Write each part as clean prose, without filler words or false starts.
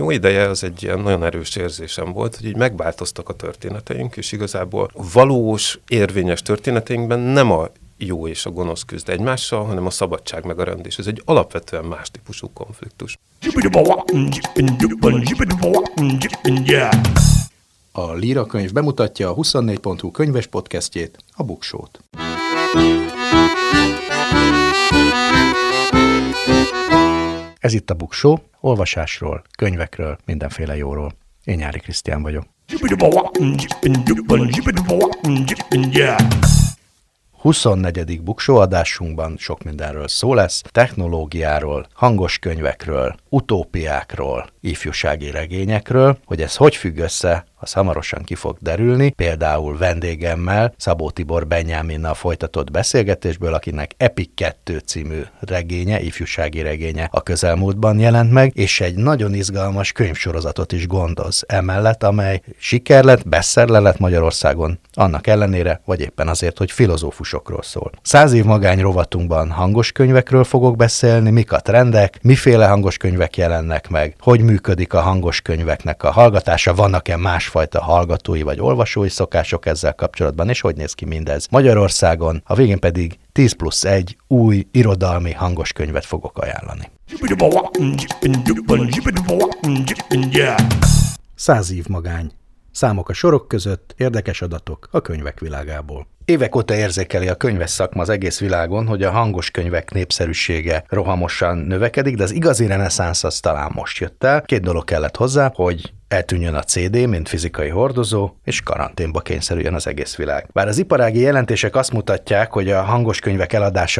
jó ideje az egy ilyen nagyon erős érzésem volt, hogy így megváltoztak a történeteink, és igazából valós, érvényes történeteinkben nem a jó és a gonosz küzd egymással, hanem a szabadság meg a rend, és ez egy alapvetően más típusú konfliktus. A Líra könyv bemutatja a 24.hu könyves podcastjét, a Buksót. Ez itt a Buksó, olvasásról, könyvekről, mindenféle jóról. Én Nyári Krisztián vagyok. 24. Buksó adásunkban sok mindenről szó lesz, technológiáról, hangos könyvekről, utópiákról, ifjúsági regényekről, hogy ez hogy függ össze, az hamarosan ki fog derülni, például vendégemmel, Szabó Tibor Benyáminnal folytatott beszélgetésből, akinek Epic 2 című regénye, ifjúsági regénye a közelmúltban jelent meg, és egy nagyon izgalmas könyvsorozatot is gondoz emellett, amely siker lett, bestseller lett Magyarországon, annak ellenére, vagy éppen azért, hogy filozófusokról szól. 100 év magány rovatunkban hangos könyvekről fogok beszélni, mik a trendek, miféle hangos könyvek jelennek meg, hogy működik a hangos könyveknek a hallgatása, vannak-e másfajta hallgatói vagy olvasói szokások ezzel kapcsolatban, és hogy néz ki mindez Magyarországon, a végén pedig 10+1 új irodalmi hangos könyvet fogok ajánlani. 100 év magány. Számok a sorok között, érdekes adatok a könyvek világából. Évek óta érzékeli a könyves szakma az egész világon, hogy a hangos könyvek népszerűsége rohamosan növekedik, de az igazi reneszánsz az talán most jött el. 2 dolog kellett hozzá, hogy eltűnjön a CD, mint fizikai hordozó, és karanténba kényszerüljön az egész világ. Bár az iparági jelentések azt mutatják, hogy a hangos könyvek eladása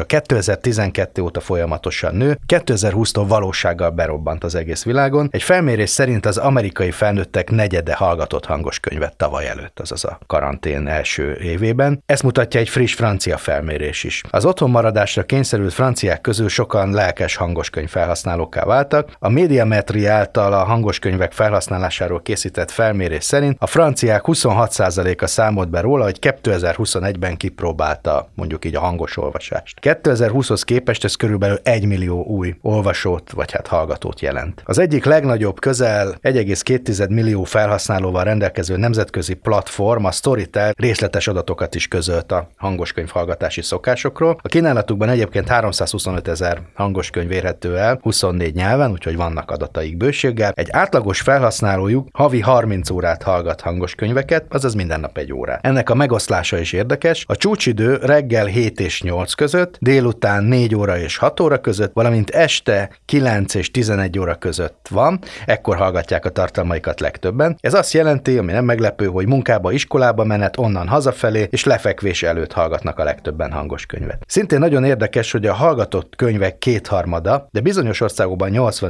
2012 óta folyamatosan nő, 2020-tól valósággal berobbant az egész világon. Egy felmérés szerint az amerikai felnőttek negyede hallgatott hangos könyvet tavaly előtt, azaz a karantén első évében. Ezt mutatja egy friss francia felmérés is. Az otthonmaradásra kényszerült franciák közül sokan lelkes hangoskönyv felhasználókká váltak. A Médiametri által a hangoskönyvek felhasználásáról készített felmérés szerint a franciák 26%-a számolt be róla, hogy 2021-ben kipróbálta mondjuk így a hangos olvasást. 2020-hoz képest ez körülbelül 1 millió új olvasót vagy hallgatót jelent. Az egyik legnagyobb, közel 1,2 millió felhasználóval rendelkező nemzetközi platform, a Storytel részletes adatokat is közölt a hangoskönyv hallgatási szokásokról. A kínálatukban egyébként 325 000 hangoskönyv érhető el 24 nyelven, úgyhogy vannak adataik bőséggel. Egy átlagos felhasználójuk havi 30 órát hallgat hangoskönyveket, azaz minden nap 1 órát. Ennek a megoszlása is érdekes. A csúcsidő reggel 7 és 8 között, délután 4 óra és 6 óra között, valamint este 9 és 11 óra között van, ekkor hallgatják a tartalmaikat legtöbben. Ez azt jelenti, ami nem meglepő, hogy munkába, iskolába menet, onnan hazafelé, és lefekvés előtt hallgatnak a legtöbben hangos könyvet. Szintén nagyon érdekes, hogy a hallgatott könyvek 2/3, de bizonyos országokban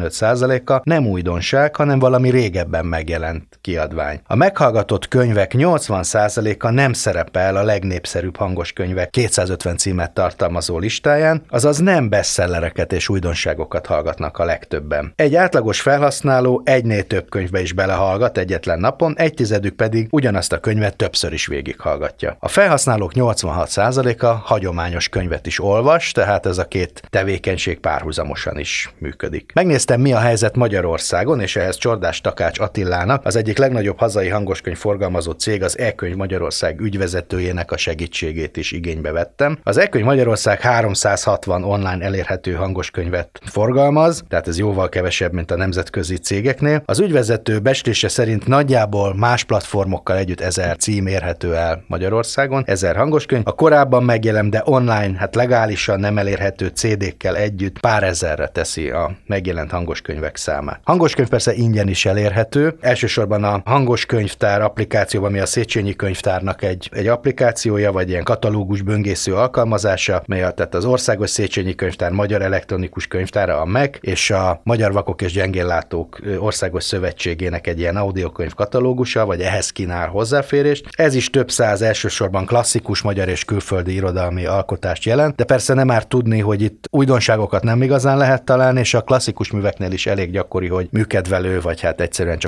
85%-a nem újdonság, hanem valami régebben megjelent kiadvány. A meghallgatott könyvek 80%-a nem szerepel a legnépszerűbb hangos könyvek 250 címet tartalmazó listáján, azaz nem bestsellereket és újdonságokat hallgatnak a legtöbben. Egy átlagos felhasználó egynél több könyvbe is belehallgat egyetlen napon, 1/10 pedig ugyanazt a könyvet többször is végighallgatja. A felhasználók 86%-a hagyományos könyvet is olvas, tehát ez a 2 tevékenység párhuzamosan is működik. Megnéztem, mi a helyzet Magyarországon, és ehhez Csordás Takács Attilának, az egyik legnagyobb hazai hangoskönyv forgalmazó cég, az E-könyv Magyarország ügyvezetőjének a segítségét is igénybe vettem. Az E-könyv Magyarország 360 online elérhető hangoskönyvet forgalmaz, tehát ez jóval kevesebb, mint a nemzetközi cégeknél. Az ügyvezető becslése szerint nagyjából más platformokkal együtt 1000 cím érhető el Magyarországon, 1000 hangoskönyv. A korábban megjelent, de online, legálisan nem elérhető CD-kkel együtt pár ezerre teszi a megjelent hangoskönyvek számát. Hangoskönyv persze ingyen is elérhető. Elsősorban a hangoskönyvtár applikációban, ami a Széchenyi könyvtárnak egy applikációja, vagy ilyen katalógus böngésző alkalmazása, mely tehát az Országos Széchenyi Könyvtár Magyar Elektronikus Könyvtára, a MEK, és a Magyar Vakok és Gyengéllátók Országos Szövetségének egy ilyen audiokönyv katalógusa, vagy ehhez kínál hozzáférést. Ez is több száz elsősorban klasszikus magyar és külföldi irodalmi alkotást jelent, de persze nem árt tudni, hogy itt újdonságokat nem igazán lehet találni, és a klasszikus műveknél is elég gyakori, hogy műkedvelő, vagy egyszerűen csak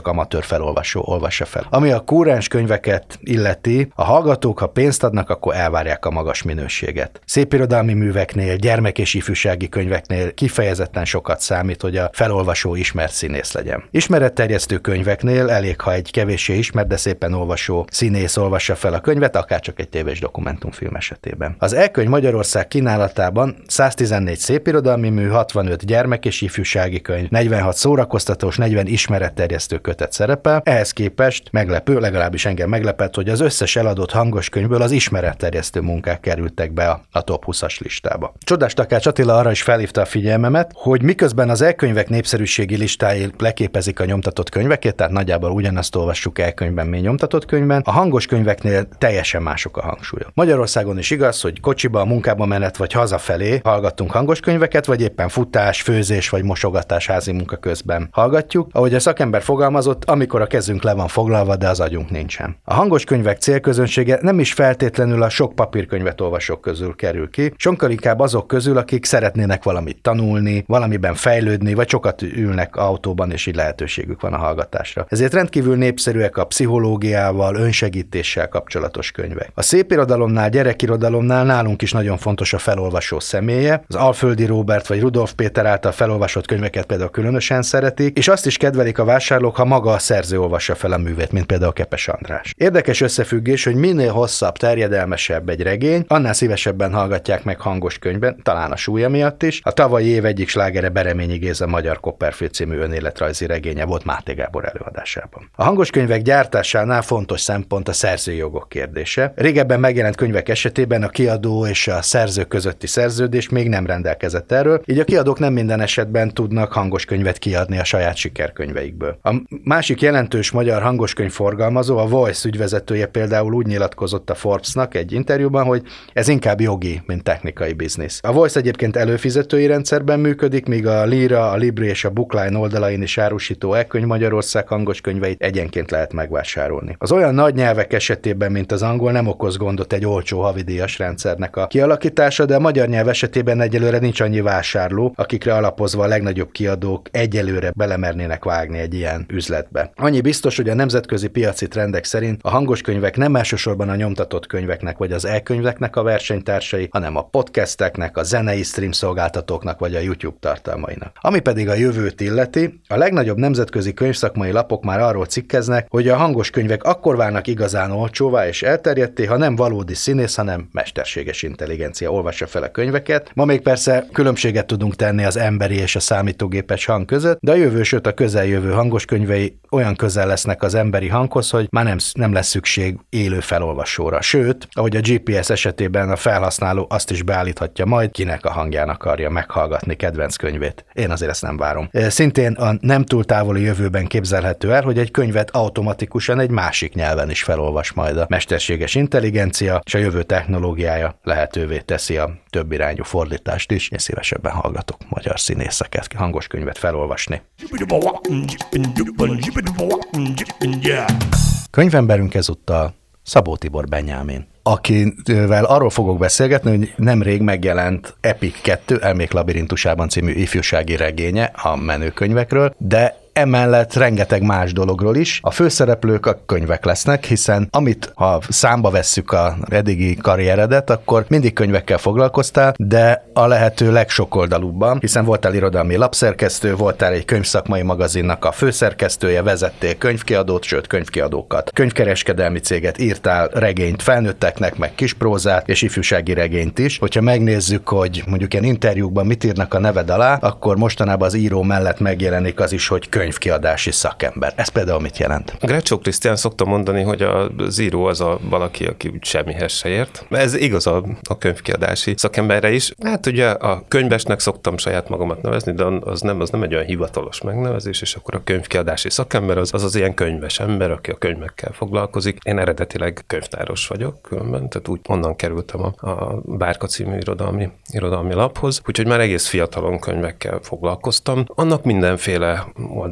amatőr felolvasó olvassa fel. Ami a kúrens könyveket illeti, a hallgatók, ha pénzt adnak, akkor elvárják a magas minőséget. Szépirodalmi műveknél, gyermek- és ifjúsági könyveknél kifejezetten sokat számít, hogy a felolvasó ismert színész legyen. Ismeretterjesztő könyveknél elég, ha egy kevéssé ismert, de szépen olvasó színész olvassa fel a könyvet, akárcsak egy tévés dokumentumfilm esetében. Az e-könyv Magyarország kínálatában 114 szépirodalmi mű, 65 gyermek- és ifjúsági könyv, 46 szórakoztatós, 40 ismeretterjesztő kötet szerepel. Ehhez képest meglepő, legalábbis engem meglepett, hogy az összes eladott hangos könyvből az ismeretterjesztő munkák kerültek be a top 20-as listába. Csodás Takács Attila arra is felhívta a figyelmemet, hogy miközben az e-könyvek népszerűségi listái leképezik a nyomtatott könyveket, tehát nagyjából ugyanazt olvassuk e-könyvben, mint nyomtatott könyvben, a hangos könyveknél teljesen mások a hangsúlyok. Magyarországon is igaz, hogy kocsiba, a munkába menet vagy hazafelé hallgattunk hangos könyveket, vagy éppen futás, főzés vagy mosogatás házi munka közben hallgatjuk, ahogy a szakember fogalmazott, amikor a kezünk le van foglalva, de az agyunk nincsen. A hangos könyvek célközönsége nem is feltétlenül a sok papírkönyvet olvasók közül kerül ki, sokkal inkább azok közül, akik szeretnének valamit tanulni, valamiben fejlődni, vagy sokat ülnek autóban, és így lehetőségük van a hallgatásra. Ezért rendkívül népszerűek a pszichológiával, önsegítéssel kapcsolatos könyvek. A szépirodalomnál, gyerekirodalomnál nálunk is nagyon fontos a felolvasó személye. Az Alföldi Róbert vagy Rudolf Péter által felolvasott könyveket például különösen szeretik, és azt is kedvelik a vásárlók, ha maga a szerző olvassa fel a művét, mint például Kepes András. Érdekes összefüggés, hogy minél hosszabb, terjedelmesebb egy regény, annál szívesebben hallgatják meg hangos könyvben, talán a súlya miatt is. A tavalyi év egyik slágere Bereményi Géza Magyar Copperfield című önéletrajzi regénye volt Máté Gábor előadásában. A hangos könyvek gyártásánál fontos szempont a szerzői jogok kérdése. Régebben megjelent könyvek esetében a kiadó és a szerző közötti szerződés még nem rendelkezett erről, így a kiadók nem minden esetben tudnak hangos könyvet kiadni a saját sikerkönyveikből. A másik jelentős magyar hangoskönyv forgalmazó, a Voice ügyvezetője például úgy nyilatkozott a Forbesnak egy interjúban, hogy ez inkább jogi, mint technikai biznisz. A Voice egyébként előfizetői rendszerben működik, míg a Lira, a Libri és a Bookline oldalain is árusító e-könyv Magyarország hangoskönyveit egyenként lehet megvásárolni. Az olyan nagy nyelvek esetében, mint az angol, nem okoz gondot egy olcsó havidíjas rendszernek a kialakítása, de a magyar nyelv esetében egyelőre nincs annyi vásárló, akikre alapozva a legnagyobb kiadók egyelőre belemernének vágni egy ilyen üzletbe. Annyi biztos, hogy a nemzetközi piaci trendek szerint a hangoskönyvek nem elsősorban a nyomtatott könyveknek vagy az e-könyveknek a versenytársai, hanem a podcasteknek, a zenei stream szolgáltatóknak vagy a YouTube tartalmainak. Ami pedig a jövőt illeti, a legnagyobb nemzetközi könyvszakmai lapok már arról cikkeznek, hogy a hangos könyvek akkor válnak igazán olcsóvá és elterjedté, ha nem valódi színész, hanem mesterséges intelligencia olvassa fel a könyveket. Ma még persze különbséget tudunk tenni az emberi és a számítógépes hang között, de a jövő, sőt a közeljövő hangos könyvei olyan közel lesznek az emberi hanghoz, hogy már nem lesz szükség élő felolvasóra. Sőt, ahogy a GPS esetében a felhasználó azt is beállíthatja majd, kinek a hangján akarja meghallgatni kedvenc könyvét. Én azért ezt nem várom. Szintén a nem túl távoli jövőben képzelhető el, hogy egy könyvet automatikusan egy másik nyelven is felolvas majd a mesterséges intelligencia, és a jövő technológiája lehetővé teszi a többirányú fordítást is. Én szívesebben hallgatok magyar színészeket hangos könyvet felolvasni. Könyvemberünk ezúttal Szabó Tibor Benyámin, akivel arról fogok beszélgetni, hogy nemrég megjelent Epic 2 Elmék labirintusában című ifjúsági regénye a menőkönyvekről, de emellett rengeteg más dologról is. A főszereplők a könyvek lesznek, hiszen ha számba vesszük a eddigi karrieredet, akkor mindig könyvekkel foglalkoztál, de a lehető legsokoldalúbban, hiszen voltál irodalmi lapszerkesztő, voltál egy könyvszakmai magazinnak a főszerkesztője, vezettél könyvkiadót, sőt könyvkiadókat. Könyvkereskedelmi céget írtál, regényt felnőtteknek, meg kisprózát, és ifjúsági regényt is. Hogyha megnézzük, hogy mondjuk ilyen interjúkban mit írnak a neved alá, akkor mostanában az író mellett megjelenik az is, hogy könyvkiadási szakember. Ez például mit jelent? Grácsó Krisztián szokta mondani, hogy az író az a valaki, aki úgy semmihez se ért. Ez igaz a könyvkiadási szakemberre is. Hát ugye a könyvesnek szoktam saját magamat nevezni, de az nem egy olyan hivatalos megnevezés, és akkor a könyvkiadási szakember az ilyen könyves ember, aki a könyvekkel foglalkozik. Én eredetileg könyvtáros vagyok különben, tehát úgy onnan kerültem a Bárka című irodalmi laphoz, úgyhogy már egész fiatalon könyvekkel foglalkoztam. Annak mindenféle oldalát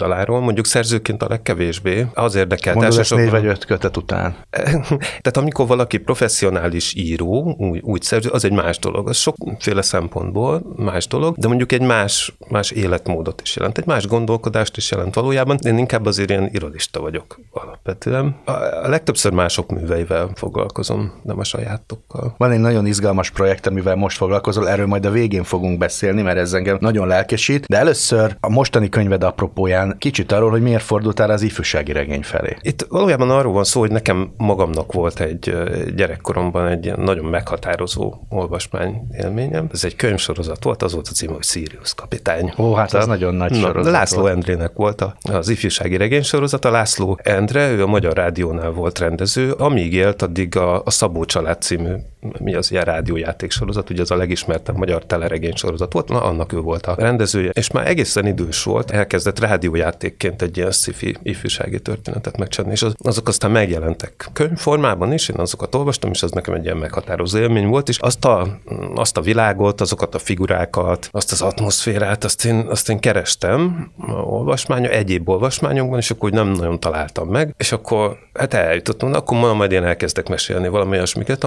oldaláról, mondjuk szerzőként a legkevésbé. Az érdekelt. Mondod ezt 4 vagy 5 kötet után. Tehát amikor valaki professzionális író, úgy szerző, az egy más dolog. Az sokféle szempontból más dolog, de mondjuk egy más életmódot is jelent, egy más gondolkodást is jelent valójában. Én inkább azért ilyen irodista vagyok alapvetően. A legtöbbször mások műveivel foglalkozom, nem a sajátokkal. Van egy nagyon izgalmas projekt, amivel most foglalkozol, erről majd a végén fogunk beszélni, mert ez engem nagyon lelkesít, de először a mostani könyved apropóján kicsit arról, hogy miért fordultál az ifjúsági regény felé. Itt valójában arról van szó, hogy nekem magamnak volt egy gyerekkoromban egy ilyen nagyon meghatározó olvasmány élményem. Ez egy könyvsorozat volt, az volt a címe, hogy Sirius kapitány. Ó, hát ez nagyon nagy sorozat. László Endrének volt az ifjúsági regénysorozata. László Endre, ő a Magyar Rádiónál volt rendező, amíg élt, addig a Szabó család című, mi az ilyen rádiójátéksorozat, ugye az a legismertebb magyar teleregénysorozat volt, annak ő volt a rendezője, és már egészen idős volt, elkezdett rádiójátékként egy ilyen sci-fi ifjúsági történetet megcsinálni, és azok aztán megjelentek könyvformában is, én azokat olvastam, és az nekem egy ilyen meghatározó élmény volt, és azt a világot, azokat a figurákat, azt az atmoszférát, azt én kerestem egyéb olvasmányokban, és akkor úgy nem nagyon találtam meg, és akkor hát eljutottam, akkor majd én elkezdek mesélni valami olyasmiket,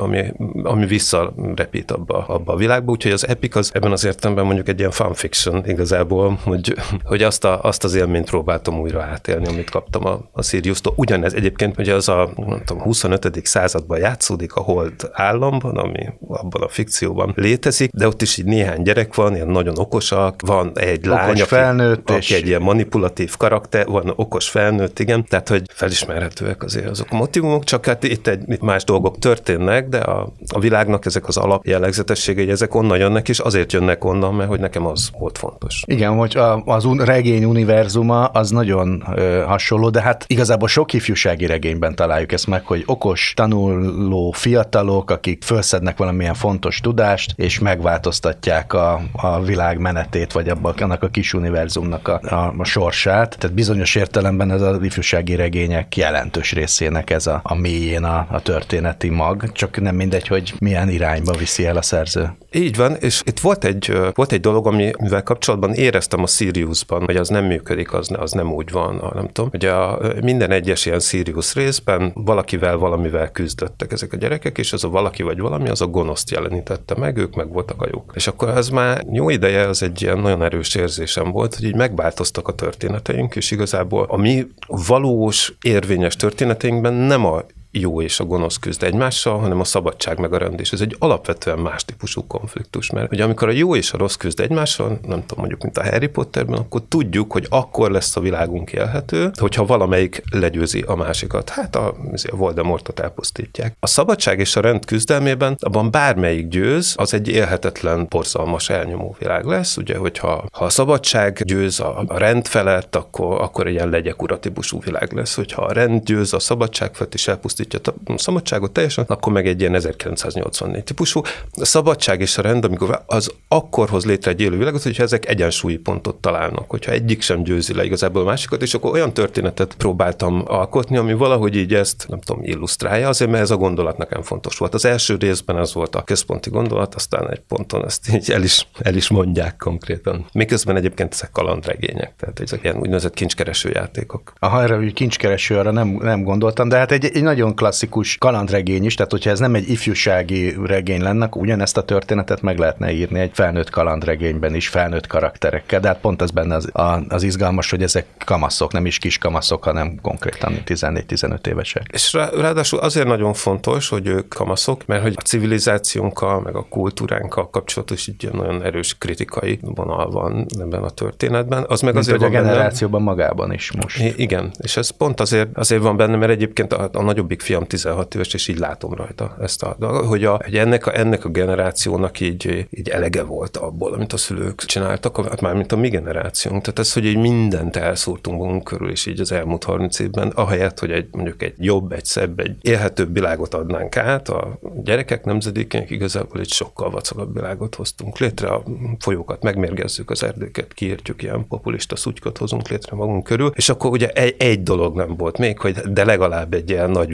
ami visszarepít abba a világba, úgyhogy az epic az ebben az értelemben mondjuk egy ilyen fanfiction igazából, hogy azt az élményt próbáltam újra átélni, amit kaptam a Siriustól. Ugyanez egyébként, ugye az a 25. században játszódik, a Hold államban, ami abban a fikcióban létezik, de ott is így néhány gyerek van, ilyen nagyon okosak, van egy lány, aki egy ilyen manipulatív karakter, van okos felnőtt, igen, tehát hogy felismerhetőek azért azok a motivumok, csak hát itt más dolgok történnek, de a világnak ezek az alapjellegzetességei, ezek onnan jönnek, és azért jönnek onnan, mert hogy nekem az volt fontos. Igen, hogy az regény univerzuma az nagyon hasonló, de hát igazából sok ifjúsági regényben találjuk ezt meg, hogy okos, tanuló fiatalok, akik felszednek valamilyen fontos tudást, és megváltoztatják a világ menetét, vagy annak a kis univerzumnak a sorsát. Tehát bizonyos értelemben ez az ifjúsági regények jelentős részének ez a mélyén a történeti mag, csak nem mindegy, hogy milyen irányba viszi el a szerző. Így van, és itt volt egy dolog, amivel kapcsolatban éreztem a Siriusban, hogy az nem működik, az nem úgy van, nem tudom. Ugye minden egyes ilyen Sirius részben valamivel küzdöttek ezek a gyerekek, és az a valaki vagy valami, az a gonoszt jelenítette meg, ők meg voltak a jók. És akkor ez már jó ideje, az egy ilyen nagyon erős érzésem volt, hogy így megváltoztak a történeteink, és igazából a mi valós, érvényes történeteinkben nem a jó és a gonosz küzd egymással, hanem a szabadság meg a rend, és ez egy alapvetően más típusú konfliktus, mert ugye amikor a jó és a rossz küzd egymással, nem tudom, mondjuk, mint a Harry Potterben, akkor tudjuk, hogy akkor lesz a világunk élhető, hogyha valamelyik legyőzi a másikat. Hát a Voldemortot elpusztítják. A szabadság és a rend küzdelmében abban bármelyik győz, az egy élhetetlen, borzalmas, elnyomó világ lesz, ugye, hogyha a szabadság győz a rend felett, akkor egy ilyen legyek ura típusú világ lesz, hogyha a rend győz a szabadság felett is elpusztítja a szabadságot teljesen, akkor meg egy ilyen 1984 típusú. A szabadság és a rend, amikor az akkor hoz létre egy élő világot, hogyha ezek egyensúlyi pontot találnak, hogyha egyik sem győzi le igazából a másikat, és akkor olyan történetet próbáltam alkotni, ami valahogy így ezt, nem tudom, illusztrálja, azért, mert ez a gondolat nekem fontos volt. Az első részben ez volt a központi gondolat, aztán egy ponton ezt így el is mondják konkrétan. Miközben egyébként ezek kalandregények, tehát ezek ilyen úgynevezett kincskereső játékok. Erre, hogy kincskereső, arra nem gondoltam, de hát egy nagyon klasszikus kalandregény is, tehát hogyha ez nem egy ifjúsági regény lenne, akkor ugyanezt a történetet meg lehetne írni egy felnőtt kalandregényben is, felnőtt karakterekkel, de hát pont az benne az izgalmas, hogy ezek kamaszok, nem is kis kamaszok, hanem konkrétan 14-15 évesek. És ráadásul azért nagyon fontos, hogy ők kamaszok, mert hogy a civilizációnkkal, meg a kultúránkkal kapcsolatos így nagyon erős kritikai vonal van ebben a történetben. Az meg azért van a generációban benne, magában is most. Igen, és ez pont azért van benne, mert egyébként a nagyobbik fiam 16 éves, és így látom rajta ezt hogy ennek a generációnak így elege volt abból, amit a szülők csináltak, hát már mint a mi generációnk. Tehát ez, hogy így mindent elszúrtunk magunk körül, és így az elmúlt 30 évben, ahelyett, hogy mondjuk egy jobb, egy szebb, egy élhetőbb világot adnánk át, a gyerekek nemzedékének igazából egy sokkal vacagabb világot hoztunk létre, a folyókat megmérgezzük, az erdőket kiírtjuk, ilyen populista szutykot hozunk létre magunk körül, és akkor ugye egy dolog nem volt még, hogy de legalább egy ilyen nagy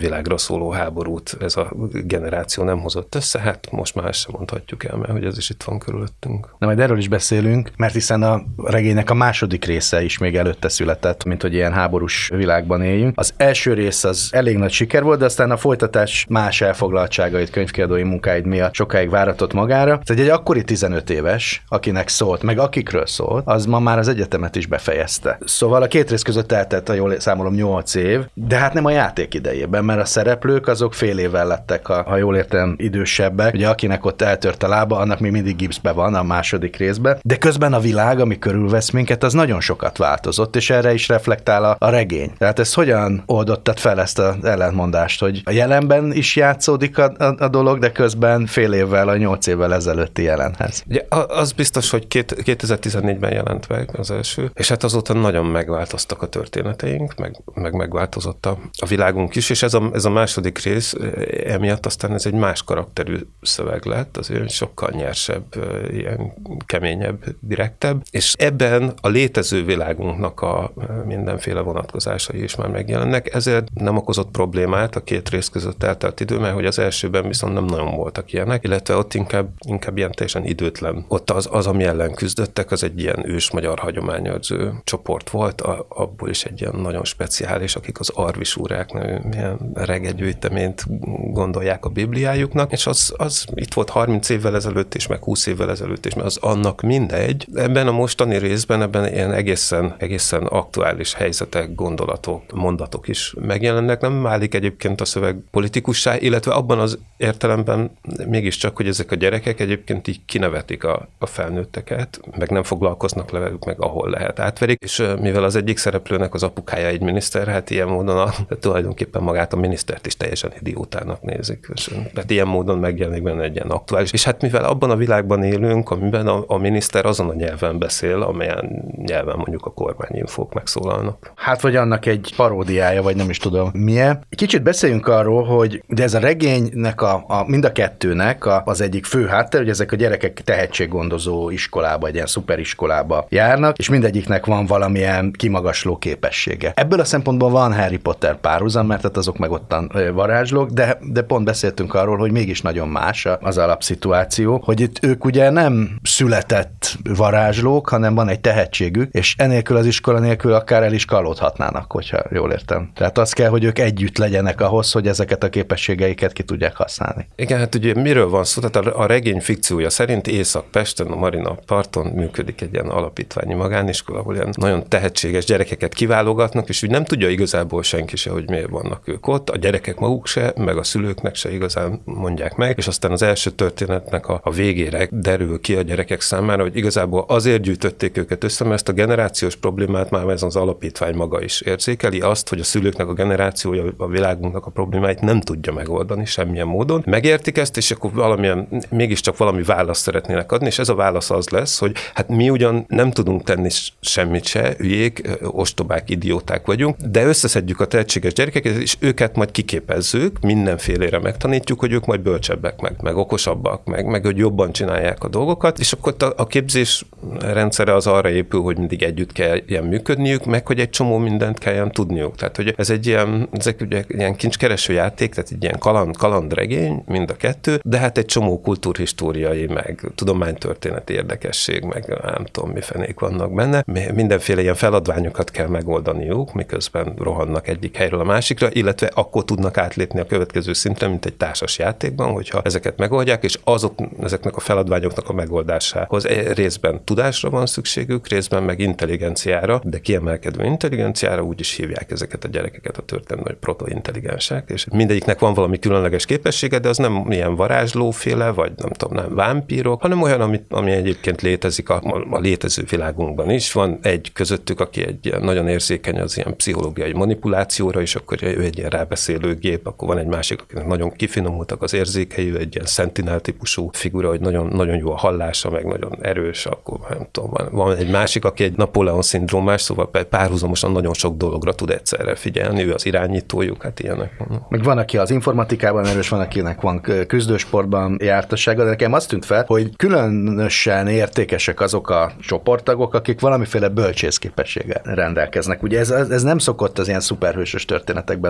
világra szóló háborút ez a generáció nem hozott össze, hát most már ezt sem mondhatjuk el, mert hogy ez is itt van körülöttünk. Na, majd erről is beszélünk, mert hiszen a regénynek a második része is még előtte született, mint hogy ilyen háborús világban éljünk. Az első rész az elég nagy siker volt, de aztán a folytatás más elfoglaltságait, könyvkiadói munkáid miatt sokáig váratott magára. Tehát egy akkori 15 éves, akinek szólt, meg akikről szólt, az ma már az egyetemet is befejezte. Szóval a két rész között eltelt, ha jól számolom, 8 év, de hát nem a játék idejében, mert a szereplők azok fél évvel lettek, ha jól értem, idősebbek. Ugye akinek ott eltört a lába, annak még mindig gipszbe van a második részben, de közben a világ, ami körülvesz minket, az nagyon sokat változott, és erre is reflektál a regény. Tehát ezt hogyan oldottad fel, ezt az ellentmondást, hogy a jelenben is játszódik a dolog, de közben fél évvel, a 8 évvel ezelőtti jelenhez? Ugye, az biztos, hogy 2014-ben jelent meg az első, és hát azóta nagyon megváltoztak a történeteink, meg megváltozott a világunk is, és ez a második rész, emiatt aztán ez egy más karakterű szöveg lett, azért sokkal nyersebb, ilyen keményebb, direktebb, és ebben a létező világunknak a mindenféle vonatkozásai is már megjelennek, ezért nem okozott problémát a két rész között eltelt idő, mert hogy az elsőben viszont nem nagyon voltak ilyenek, illetve ott inkább ilyen teljesen időtlen. Ott az ami ellen küzdöttek, az egy ilyen ős magyar hagyományőrző csoport volt, abból is egy ilyen nagyon speciális, akik az arvisúrák, milyen regegyűjteményt gondolják a Bibliájuknak, és az itt volt 30 évvel ezelőtt is, meg 20 évvel ezelőtt is, mert az annak mindegy. Ebben a mostani részben, ebben ilyen egészen aktuális helyzetek, gondolatok, mondatok is megjelennek. Nem válik egyébként a szöveg politikussá, illetve abban az értelemben mégiscsak, hogy ezek a gyerekek egyébként így kinevetik a felnőtteket, meg nem foglalkoznak velük, meg ahol lehet átverik, és mivel az egyik szereplőnek az apukája egy miniszter, hát ilyen módon tulajdonképpen magát a minisztert is teljesen idiótának nézik. Tehát ilyen módon megjelenik benne egy ilyen aktuális. És hát mivel abban a világban élünk, amiben a miniszter azon a nyelven beszél, amelyen nyelven mondjuk a kormányinfók megszólalnak. Hát vagy annak egy paródiája, vagy nem is tudom milyen. Kicsit beszéljünk arról, hogy de ez a regénynek mind a kettőnek az egyik fő háttér, hogy ezek a gyerekek tehetséggondozó iskolába, egy ilyen szuperiskolába járnak, és mindegyiknek van valamilyen kimagasló képessége. Ebből a szempontból van Harry Potter párhuzam, mert hát azok meg ottan varázslók, de pont beszéltünk arról, hogy mégis nagyon más az alapszituáció, hogy itt ők ugye nem született varázslók, hanem van egy tehetségük, és enélkül az iskola nélkül akár el is kalódhatnának, hogyha jól értem. Tehát az kell, hogy ők együtt legyenek ahhoz, hogy ezeket a képességeiket ki tudják használni. Igen, hát ugye miről van szó? Tehát a regény fikciója szerint Észak-Pesten, a Marina parton működik egy ilyen alapítványi magániskola, ahol ilyen nagyon tehetséges gyerekeket kiválogatnak, és úgy nem tudja igazából senki se, hogy miért vannak ők ott. A gyerekek maguk se, meg a szülőknek se igazán mondják meg, és aztán az első történetnek a végére derül ki a gyerekek számára, hogy igazából azért gyűjtötték őket össze, mert ezt a generációs problémát már ez az alapítvány maga is érzékeli, azt, hogy a szülőknek a generációja a világunknak a problémáit nem tudja megoldani semmilyen módon. Megértik ezt, és akkor mégiscsak valami választ szeretnének adni, és ez a válasz az lesz, hogy hát mi ugyan nem tudunk tenni semmit se, hülyék, ostobák, idióták vagyunk, de összeszedjük a tehetséges gyerekeket, és őket majd kiképezzük, mindenfélére megtanítjuk, hogy ők majd bölcsebbek, meg okosabbak, meg hogy jobban csinálják a dolgokat, és akkor a képzés rendszere az arra épül, hogy mindig együtt kell ilyen működniük, meg hogy egy csomó mindent kelljen tudniuk. Tehát, hogy ez egy ezek ugye ilyen kincskereső játék, tehát egy ilyen kalandregény, mind a kettő, de hát egy csomó kultúrhistóriai, meg tudománytörténeti érdekesség, meg nem tudom, mi fenék vannak benne. Mindenféle ilyen feladványokat kell megoldaniuk, miközben rohannak egyik helyről a másikra, illetve akkor tudnak átlépni a következő szintre, mint egy társas játékban, hogyha ezeket megoldják, és ezeknek a feladványoknak a megoldásához részben tudásra van szükségük, részben meg intelligenciára, de kiemelkedő intelligenciára, úgy is hívják ezeket a gyerekeket a történelmi, hogy protointelligensek, és mindegyiknek van valami különleges képessége, de az nem ilyen varázslóféle, vagy nem tudom, nem vámpírok, hanem olyan, ami egyébként létezik a létező világunkban is. Van egy közöttük, aki egy nagyon érzékeny az ilyen pszichológiai manipulációra, és akkor ő egy ilyen rábeszélő gép, akkor van egy másik, akinek nagyon kifinomultak az érzékei, ő egy ilyen sentinel típusú figura, hogy nagyon, nagyon jó a hallása, meg nagyon erős, akkor nem tudom, van egy másik, aki egy Napóleon-szindrómás, szóval párhuzamosan nagyon sok dologra tud egyszerre figyelni, ő az irányítójuk, hát ilyenek vannak. Meg van, aki az informatikában erős, van, akinek van küzdősportban jártassága, de nekem azt tűnt fel, hogy különösen értékesek azok a csoporttagok, akik valamiféle bölcsészképességgel rendelkeznek. Ugye ez nem szokott az ilyen szuperhősös történetekben olyan erős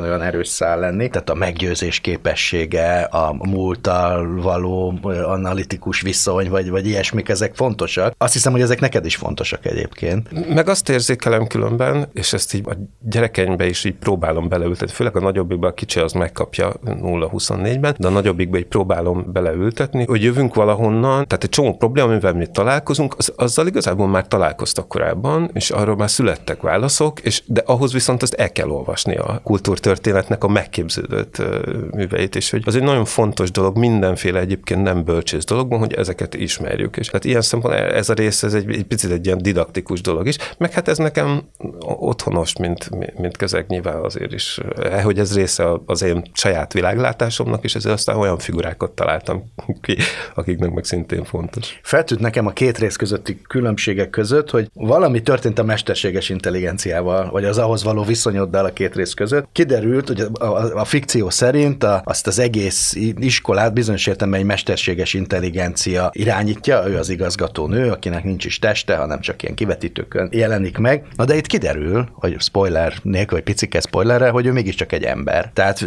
szál lenni, tehát a meggyőzés képessége, a múlttal való analitikus viszony, vagy ilyesmik, ezek fontosak. Azt hiszem, hogy ezek neked is fontosak egyébként. Meg azt érzékelem különben, és ezt így a gyerekeimbe is így próbálom beleültetni, főleg a nagyobbikban, a kicsi az megkapja 0-24-ben, de a nagyobbikba így próbálom beleültetni, hogy jövünk valahonnan, tehát egy csomó probléma, amivel mi találkozunk, azzal igazából már találkoztak korábban, és arról már születtek válaszok, de ahhoz viszont azt el kell olvasni a kultúrtörténetnek a megképződött műveit, és hogy az egy nagyon fontos dolog, mindenféle egyébként nem bölcsész dologban, hogy ezeket ismerjük. És tehát ilyen szempontból ez a rész, ez egy picit egy ilyen didaktikus dolog is, meg hát ez nekem otthonos, mint kezek nyilván azért is, hogy ez része az én saját világlátásomnak, és ezért aztán olyan figurákat találtam ki, akiknek meg szintén fontos. Feltűnt nekem a két rész közötti különbségek között, hogy valami történt a mesterséges intelligenciával, vagy az ahhoz való viszonyoddal a két rész között. Kiderült, hogy a fikció szerint azt az egész iskolát bizonyos értelemben egy mesterséges intelligencia irányítja, ő az igazgatónő, akinek nincs is teste, hanem csak ilyen kivetítőkön jelenik meg. Na de itt kiderül, hogy spoiler nélkül, vagy picike spoilerre, hogy ő mégiscsak egy ember. Tehát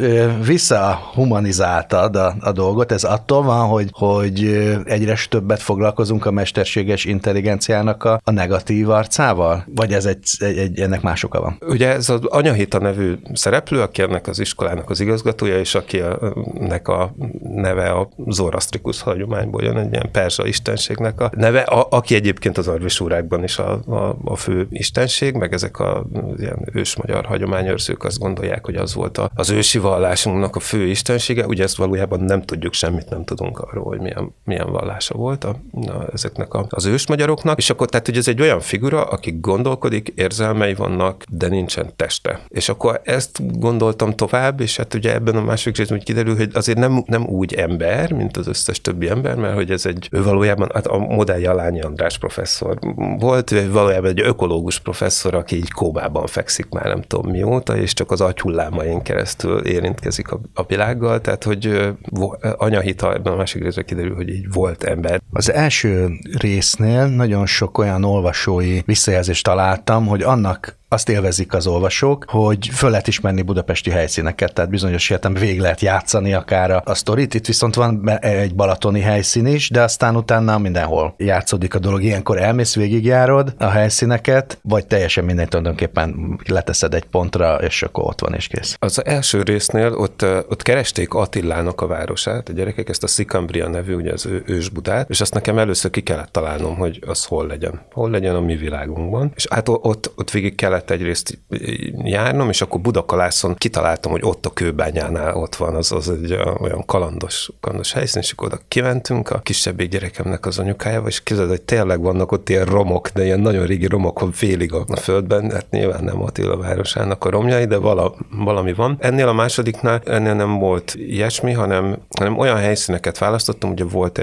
visszahumanizáltad a dolgot, ez attól van, hogy egyre többet foglalkozunk a mesterséges intelligenciának a negatív arcával? Vagy ez ennek más oka van? Ugye ez az Anyahita nevű szereplő, aki ennek az iskolának az igazgatója, és akinek a neve a zoroasztrikus hagyományból jön, egy ilyen perzsa istenségnek a neve, aki egyébként az arvisúrákban is a fő istenség, meg ezek az ilyen ősmagyar hagyományőrzők azt gondolják, hogy az volt az ősi vallásunknak a fő istensége, ugye ezt valójában nem tudjuk, semmit nem tudunk arról, hogy milyen vallása volt ezeknek az ősmagyaroknak, és akkor tehát, hogy ez egy olyan figura, aki gondolkodik, érzelmei vannak, de nincsen teste. És akkor ezt gondoltam tovább, és hát ugye ebben a második részben úgy kiderül, hogy azért nem úgy ember, mint az összes többi ember, mert hogy ő valójában hát a modell Jalányi András professzor volt, ő valójában egy ökológus professzor, aki így kómában fekszik már nem tudom mióta, és csak az agyhullámain keresztül érintkezik a világgal, tehát hogy Anyahita ebben a másik részben kiderül, hogy így volt ember. Az első résznél nagyon sok olyan olvasói visszajelzést találtam, hogy annak azt élvezik az olvasók, hogy föl lehet ismerni budapesti helyszíneket, tehát bizonyos értelemben végig lehet játszani akár a sztorit. Itt viszont van egy balatoni helyszín is, de aztán utána mindenhol játszódik a dolog. Ilyenkor elmész, végigjárod a helyszíneket, vagy teljesen mindent tulajdonképpen leteszed egy pontra, és akkor ott van és kész. Az első résznél ott keresték Attilának a városát, a gyerekek, ezt a Szikambria nevű, ugye az ősbudát, és azt nekem először ki kellett találnom, hogy az hol legyen. Hol legyen a mi világunkban. És hát ott végig kellett egyrészt járnom, és akkor Budakalászon kitaláltam, hogy ott a kőbányánál ott van, az egy olyan kalandos helyszín, és akkor oda kimentünk a kisebbik gyerekemnek az anyukájával, és képzeld, hogy tényleg vannak ott ilyen romok, de ilyen nagyon régi romok van félig a földben, hát nyilván nem Attila városának a romjai, de valami van. Ennél a másodiknál nem volt ilyesmi, hanem olyan helyszíneket választottam, ugye volt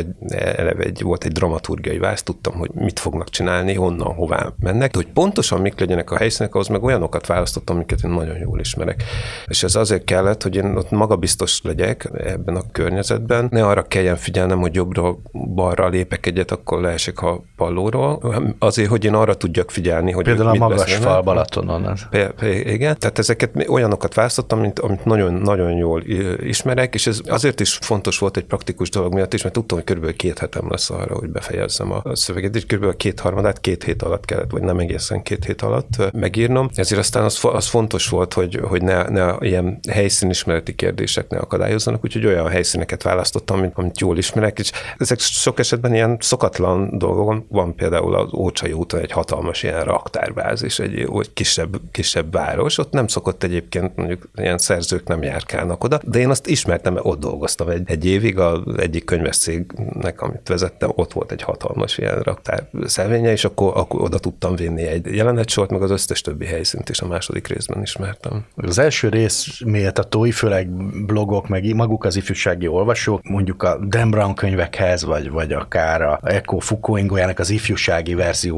egy dramaturgiai válasz, tudtam, hogy mit fognak csinálni, honnan, hová mennek, de hogy pontosan mik legyenek a helyszínek, ahhoz meg olyanokat választottam, amiket én nagyon jól ismerek. És ez azért kellett, hogy én ott magabiztos legyek ebben a környezetben, ne arra kelljen figyelnem, hogy jobbra-balra lépek egyet, akkor leesek a pallóról, azért, hogy én arra tudjak figyelni, hogy például a magas fal Balatonon. Igen, tehát ezeket olyanokat választottam, amit nagyon-nagyon jól ismerek, és ez azért is fontos volt egy praktikus dolog miatt is, mert tudtam, hogy körülbelül 2 hetem lesz arra, hogy befejezzem a szöveget, és körülbelül 2/3 2 hét alatt kellett, vagy nem egészen 2 hét alatt megírnom. Ezért aztán az fontos volt, hogy ne ilyen helyszínismereti kérdések ne akadályozzanak, úgyhogy olyan helyszíneket választottam, amit jól ismerek, és ezek sok esetben ilyen szokatlan dolgok. Van például az Ócsai úton egy hatalmas ilyen raktárvázis, egy kisebb város, ott nem szokott egyébként, mondjuk ilyen szerzők nem járkálnak oda, de én azt ismertem, mert ott dolgoztam egy évig, az egyik könyveszcégnek, amit vezettem, ott volt egy hatalmas ilyen raktár-szelvénye, és akkor oda tudtam vinni egy jelenetsort, meg az összes többi helyszínt is a második részben ismertem. Az első rész méltatói, főleg blogok, meg maguk az ifjúsági olvasók, mondjuk a Dan Brown könyvekhez, vagy akár a Eco Foucault-ingójának az ifjúsági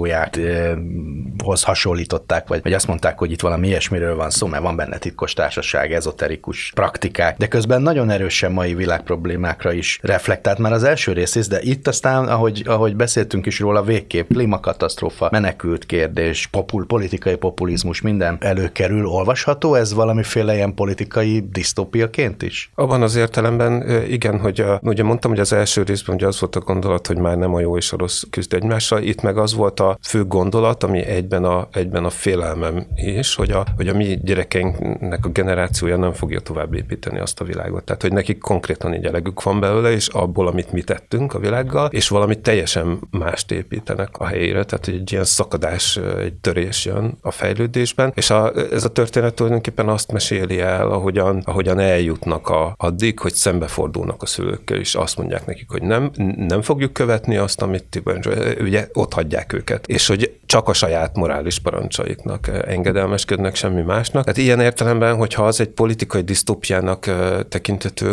verziójához hasonlították, vagy azt mondták, hogy itt valami ilyesmiről van szó, mert van benne titkos társaság, ezoterikus praktikák, de közben nagyon erősen mai világproblémákra is reflektált már az első rész, de itt aztán, ahogy beszéltünk is róla, végképp klímakatasztrófa, menekült kérdés, politikai populizmus, minden előkerül, olvasható ez valamiféle ilyen politikai disztópiaként is? Abban az értelemben igen, hogy ugye mondtam, hogy az első részben ugye az volt a gondolat, hogy már nem a jó és a rossz küzd egymással, itt meg az volt a fő gondolat, ami egyben a félelmem is, hogy a mi gyerekeinknek a generációja nem fogja tovább építeni azt a világot. Tehát, hogy nekik konkrétan így elegük van belőle, és abból, amit mi tettünk a világgal, és valamit teljesen mást építenek a helyére. Tehát, hogy egy ilyen szakadás, egy törés jön a fejlődésben, és ez a történet tulajdonképpen azt meséli el, ahogyan eljutnak addig, hogy szembefordulnak a szülőkkel, és azt mondják nekik, hogy nem fogjuk követni azt, amit ti ugye ott hagyják őket, és hogy csak a saját morális parancsaiknak engedelmeskednek, semmi másnak. Tehát ilyen értelemben, hogyha az egy politikai disztópiának tekintető,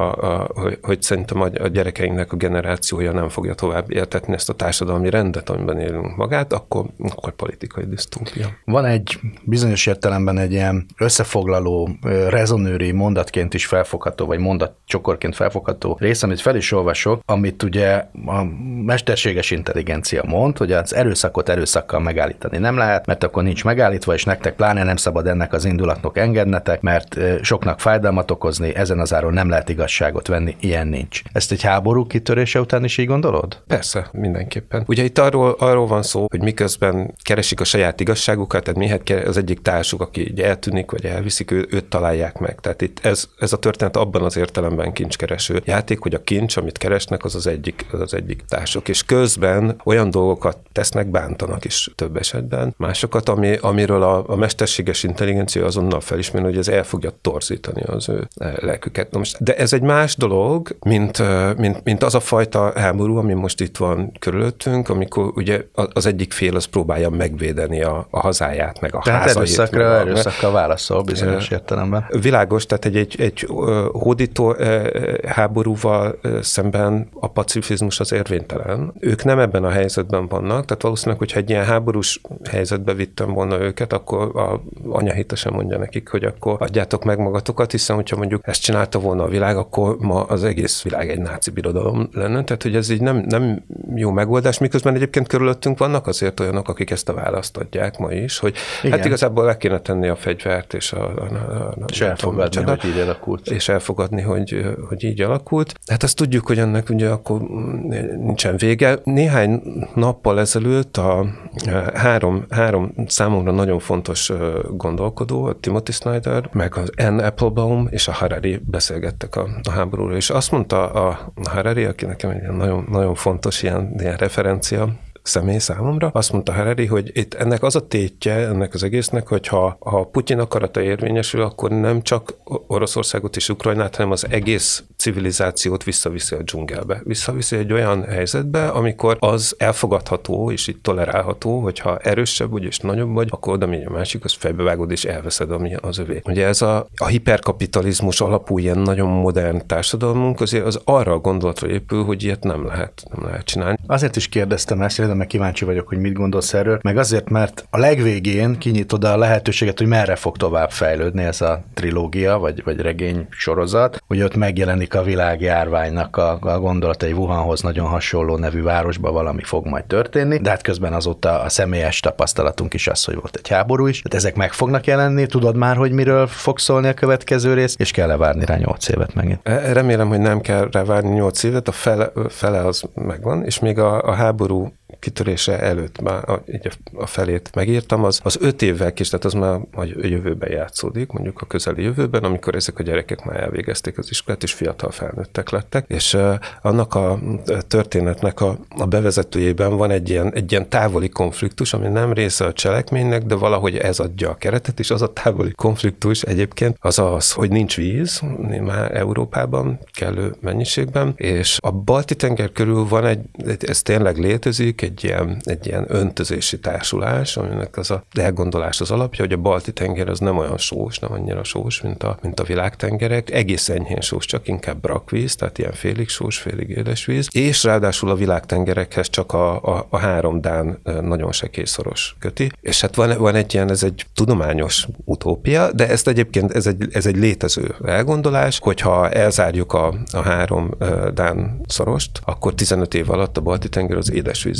hogy szerintem a gyerekeinknek a generációja nem fogja tovább éltetni ezt a társadalmi rendet, amiben élünk magát, akkor politikai disztópia. Van egy bizonyos értelemben egy ilyen összefoglaló, rezonőri mondatként is felfogható, vagy mondatcsokorként felfogható rész, amit fel is olvasok, amit ugye a mesterséges intelligencia mond, hogy az erőszakot erőszakkal megállítani nem lehet, mert akkor nincs megállítva, és nektek pláne nem szabad ennek az indulatnak engednetek, mert soknak fájdalmat okozni, ezen az áron nem lehet igazságot venni, ilyen nincs. Ezt egy háború kitörése után is így gondolod? Persze, mindenképpen. Ugye itt arról van szó, hogy miközben keresik a saját igazságukat, tehát mihet az egyik társuk, aki ugye eltűnik, vagy elviszik, őt találják meg. Tehát itt ez a történet abban az értelemben kincskereső játék, hogy a kincs, amit keresnek, az egyik társuk. És közben olyan dolgokat tesznek, bántanak is több esetben. Másokat, amiről a mesterséges intelligencia azonnal felismer, hogy ez el fogja torzítani az ő lelküket. De ez egy más dolog, mint az a fajta háború, ami most itt van körülöttünk, amikor ugye az egyik fél az próbálja megvédeni a hazáját, meg a házait. Tehát erőszakra válaszol bizonyos értelemben. Világos, tehát egy hódító háborúval szemben a pacifizmus az érvénytelen. Ők nem ebben a helyzetben vannak, tehát valószínűleg, hogyha egy ilyen háborús helyzetbe vittem volna őket, akkor a anyahita sem mondja nekik, hogy akkor adjátok meg magatokat, hiszen hogyha mondjuk ezt csinálta volna a világ, akkor ma az egész világ egy náci birodalom lenne, tehát hogy ez így nem jó megoldás, miközben egyébként körülöttünk vannak azért olyanok, akik ezt a választ adják ma is, hogy igen. Hát igazából le kéne tenni a fegyvert, és elfogadni, hogy így alakult. És elfogadni, hogy így alakult. Hát azt tudjuk, hogy ennek ugye akkor nincsen vége. Néhány nappal ezelőtt a három számomra nagyon fontos gondolkodó, a Timothy Snyder, meg az Anne Applebaum és a Harari beszélgettek a háborúról, és azt mondta a Harari, aki nekem egy nagyon, nagyon fontos ilyen referencia személy számomra, azt mondta Harari, hogy itt ennek az a tétje, ennek az egésznek, hogy ha Putyin akarata érvényesül, akkor nem csak Oroszországot és Ukrajnát, hanem az egész civilizációt visszaviszi a dzsungelbe. Visszaviszi egy olyan helyzetbe, amikor az elfogadható és így tolerálható, hogyha erősebb vagy és nagyobb vagy, akkor oda megy a másik, az fejbevágod és elveszed, ami az övé. Ugye ez a hiperkapitalizmus alapú ilyen nagyon modern társadalmunk azért az arra a gondolatra épül, hogy ilyet nem lehet csinálni. Azért is kérdeztem ezt, mert kíváncsi vagyok, hogy mit gondolsz erről, meg azért, mert a legvégén kinyitod a lehetőséget, hogy merre fog tovább fejlődni ez a trilógia, vagy regény sorozat, hogy ott megjelenik a világjárványnak a gondolatai, Wuhanhoz nagyon hasonló nevű városban valami fog majd történni, de hát közben azóta a személyes tapasztalatunk is az, hogy volt egy háború is. Tehát ezek meg fognak jelenni, tudod már, hogy miről fog szólni a következő rész, és kell-e várni rá 8 évet megint? Remélem, hogy nem kell rá várni 8 évet, a fele az megvan, és még a háború kitörése előtt már a felét megírtam, az 5 évvel kis, tehát az már a jövőben játszódik, mondjuk a közeli jövőben, amikor ezek a gyerekek már elvégezték az iskolát, és fiatal felnőttek lettek, és annak a történetnek a bevezetőjében van egy ilyen távoli konfliktus, ami nem része a cselekménynek, de valahogy ez adja a keretet, és az a távoli konfliktus egyébként az, hogy nincs víz már Európában kellő mennyiségben, és a Balti-tenger körül van ez tényleg létezik, egy ilyen öntözési társulás, aminek az a elgondolás az alapja, hogy a Balti-tenger az nem olyan sós, nem annyira sós, mint a világtengerek, egész enyhén sós, csak inkább brakvíz, tehát ilyen félig sós, félig édesvíz, és ráadásul a világtengerekhez csak a 3 dán nagyon sekély-szoros köti, és hát van egy ilyen, ez egy tudományos utópia, de ezt egyébként ez egy létező elgondolás, hogyha elzárjuk a 3 dán szorost, akkor 15 év alatt a Balti-tenger az édesvízzé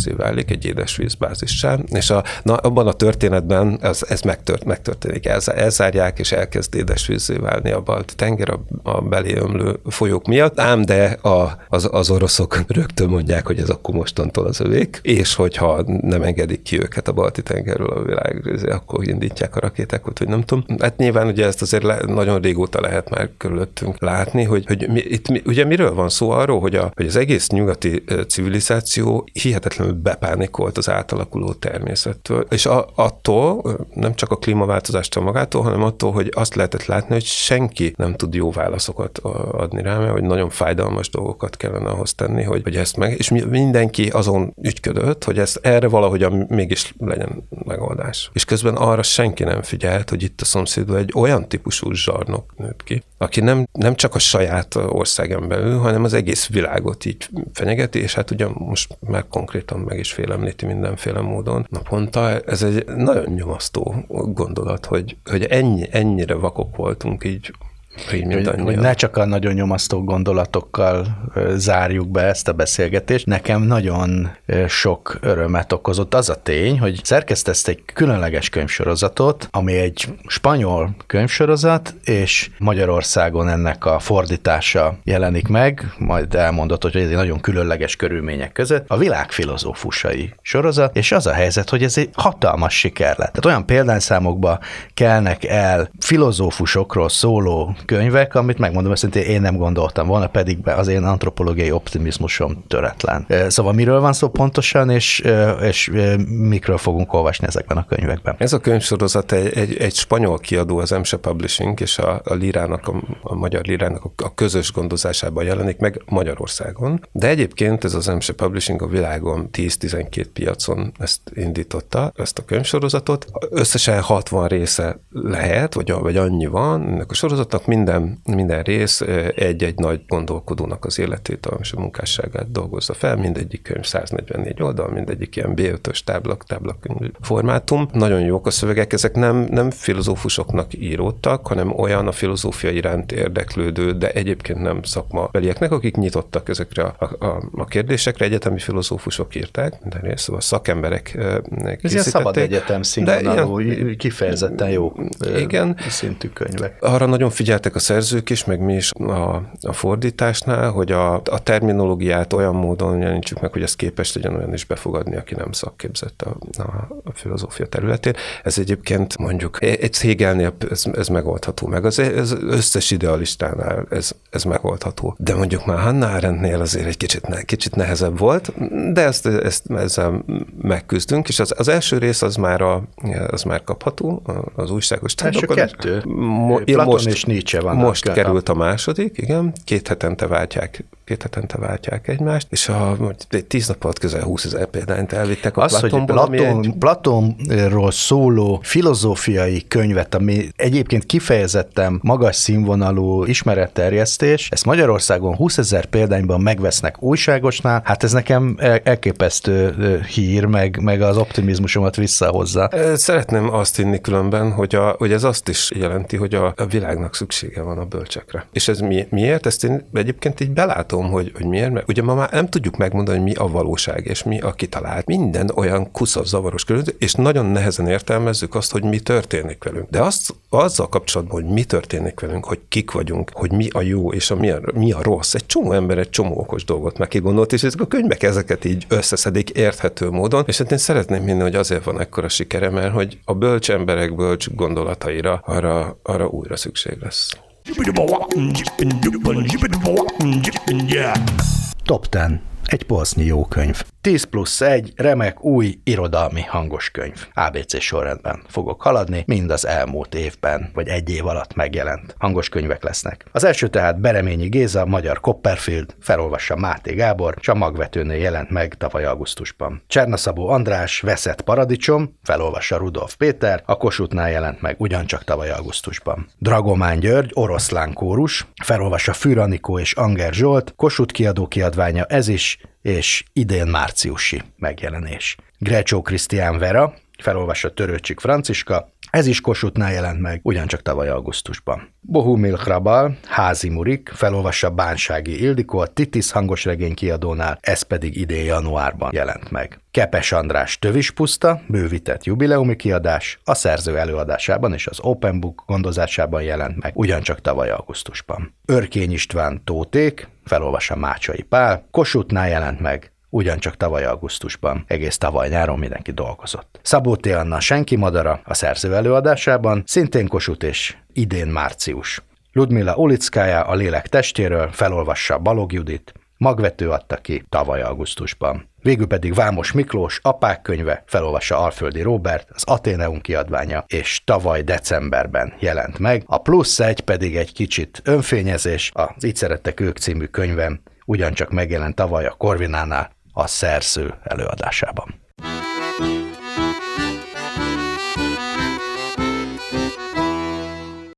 édesvízzé válik, egy édesvíz bázissal, és abban a történetben ez megtörténik. Elzárják, és elkezd édesvízzé válni a Balti-tenger a belé ömlő folyók miatt, ám de az oroszok rögtön mondják, hogy ez akkor mostantól az övék, és hogyha nem engedik ki őket a Balti-tengerről a világ, akkor indítják a rakétákat, vagy nem tudom. Hát nyilván ugye ezt azért nagyon régóta lehet már körülöttünk látni, hogy itt ugye miről van szó? Arról, hogy az egész nyugati civilizáció hihetetlenül bepánikolt az átalakuló természettől, és attól, nem csak a klímaváltozástól magától, hanem attól, hogy azt lehetett látni, hogy senki nem tud jó válaszokat adni rá, mert hogy nagyon fájdalmas dolgokat kellene ahhoz tenni, hogy ezt meg, és mindenki azon ügyködött, hogy erre valahogyan mégis legyen megoldás. És közben arra senki nem figyelt, hogy itt a szomszédban egy olyan típusú zsarnok nőtt ki, aki nem csak a saját országán belül, hanem az egész világot így fenyegeti, és hát ugye most már konkrétan meg is félemlíti mindenféle módon naponta. Ez egy nagyon nyomasztó gondolat, hogy ennyire vakok voltunk így, hogy ne csak a nagyon nyomasztó gondolatokkal zárjuk be ezt a beszélgetést. Nekem nagyon sok örömet okozott az a tény, hogy szerkesztesz egy különleges könyvsorozatot, ami egy spanyol könyvsorozat, és Magyarországon ennek a fordítása jelenik meg, majd elmondod, hogy ez egy nagyon különleges körülmények között, a világ filozófusai sorozat, és az a helyzet, hogy ez egy hatalmas siker lett. Tehát olyan példányszámokba kelnek el filozófusokról szóló könyvek, amit megmondom őszintén, én nem gondoltam volna, pedig az én antropológiai optimizmusom töretlen. Szóval miről van szó pontosan, és mikről fogunk olvasni ezekben a könyvekben? Ez a könyvsorozat egy spanyol kiadó, az Emse Publishing, és a Lírának, a magyar Lírának a közös gondozásában jelenik meg Magyarországon. De egyébként ez az Emse Publishing a világon 10-12 piacon ezt indította, ezt a könyvsorozatot. Összesen 60 része lehet, vagy annyi van ennek a sorozatnak, minden rész egy-egy nagy gondolkodónak az életét és a munkásságát dolgozza fel, mindegyik könyv 144 oldal, mindegyik ilyen B5-ös táblakönyv formátum. Nagyon jók a szövegek, ezek nem filozófusoknak íródtak, hanem olyan a filozófia iránt érdeklődő, de egyébként nem szakmabelieknek, akik nyitottak ezekre a kérdésekre, egyetemi filozófusok írták, minden rész, szóval szakemberek készítették. Ez ilyen szabad egyetem színvonalú, kifejezetten jó szintű könyvek. Arra nagyon figyeltek a szerzők is, meg mi is a fordításnál, hogy a terminológiát olyan módon jelenítsük meg, hogy ez képes legyen olyan is befogadni, aki nem szakképzett a filozófia területén. Ez egyébként mondjuk egy Hegelnél ez megoldható, meg az összes idealistánál ez megoldható. De mondjuk már Hannah Arendtnél azért egy kicsit nehezebb volt, de ezzel megküzdünk, és az első rész az már kapható, az újságos táblakon. Első kettő. Platon és Nietzsche van. Most került a második, igen, két hetente váltják egymást, és 10 nap alatt közel 20 000 példányt elvittek a Platonból. Platonról szóló filozófiai könyvet, ami egyébként kifejezetten magas színvonalú ismeretterjesztés, ezt Magyarországon 20 000 példányban megvesznek újságosnál, hát ez nekem elképesztő hír, meg az optimizmusomat visszahozza. Szeretném azt hinni különben, hogy ez azt is jelenti, hogy a világnak szüksége van a bölcsekre. És ez miért? Ezt én egyébként így belátom, hogy miért, mert ugye ma már nem tudjuk megmondani, hogy mi a valóság, és mi a kitalált. Minden olyan kuszos, zavaros körülmények, és nagyon nehezen értelmezzük azt, hogy mi történik velünk. De azzal kapcsolatban, hogy mi történik velünk, hogy kik vagyunk, hogy mi a jó és mi a rossz. Egy csomó ember egy csomó okos dolgot meg kigondolt, és ezek a könyvek ezeket így összeszedik érthető módon, és hát én szeretném hinni, hogy azért van ekkora sikere, mert hogy a bölcs emberek bölcs gondolataira arra újra szükség lesz. Top 10. Egy polsznyi jó könyv. 10+1 remek új irodalmi hangos könyv. ABC sorrendben fogok haladni, mind az elmúlt évben, vagy egy év alatt megjelent hangos könyvek lesznek. Az első tehát Bereményi Géza, magyar Copperfield, felolvassa Máté Gábor, és a Magvetőnél jelent meg tavaly augusztusban. Csernaszabó András, Veszett paradicsom, felolvassa Rudolf Péter, a Kossuthnál jelent meg ugyancsak tavaly augusztusban. Dragomán György, Oroszlán kórus, felolvassa Fűr Anikó és Anger Zsolt, Kossuth kiadó kiadványa ez is, és idén márciusi megjelenés. Grecsó Krisztián Vera, felolvassa Törőcsik Franciska, ez is Kossuthnál jelent meg, ugyancsak tavaly augusztusban. Bohumil Hrabal, Házi Murik, felolvassa Bánsági Ildikó a Titis hangos regény kiadónál, ez pedig idén januárban jelent meg. Kepes András Tövispuszta, bővített jubileumi kiadás, a szerző előadásában és az Open Book gondozásában jelent meg, ugyancsak tavaly augusztusban. Örkény István Tóték, felolvassa Mácsai Pál, Kossuthnál jelent meg, ugyancsak tavaly augusztusban, egész tavaly nyáron mindenki dolgozott. Szabó T. Anna Senki madara a szerző előadásában, szintén Kossuth és idén március. Ludmila Ulickája a lélek testéről, felolvassa Balogh Judit, Magvető adta ki tavaly augusztusban. Végül pedig Vámos Miklós Apák könyve, felolvassa Alföldi Róbert, az Atheneum kiadványa, és tavaly decemberben jelent meg. A plusz egy pedig egy kicsit önfényezés, az Így szerettek ők című könyvem ugyancsak megjelent tavaly a Corvinánál a szerző előadásában.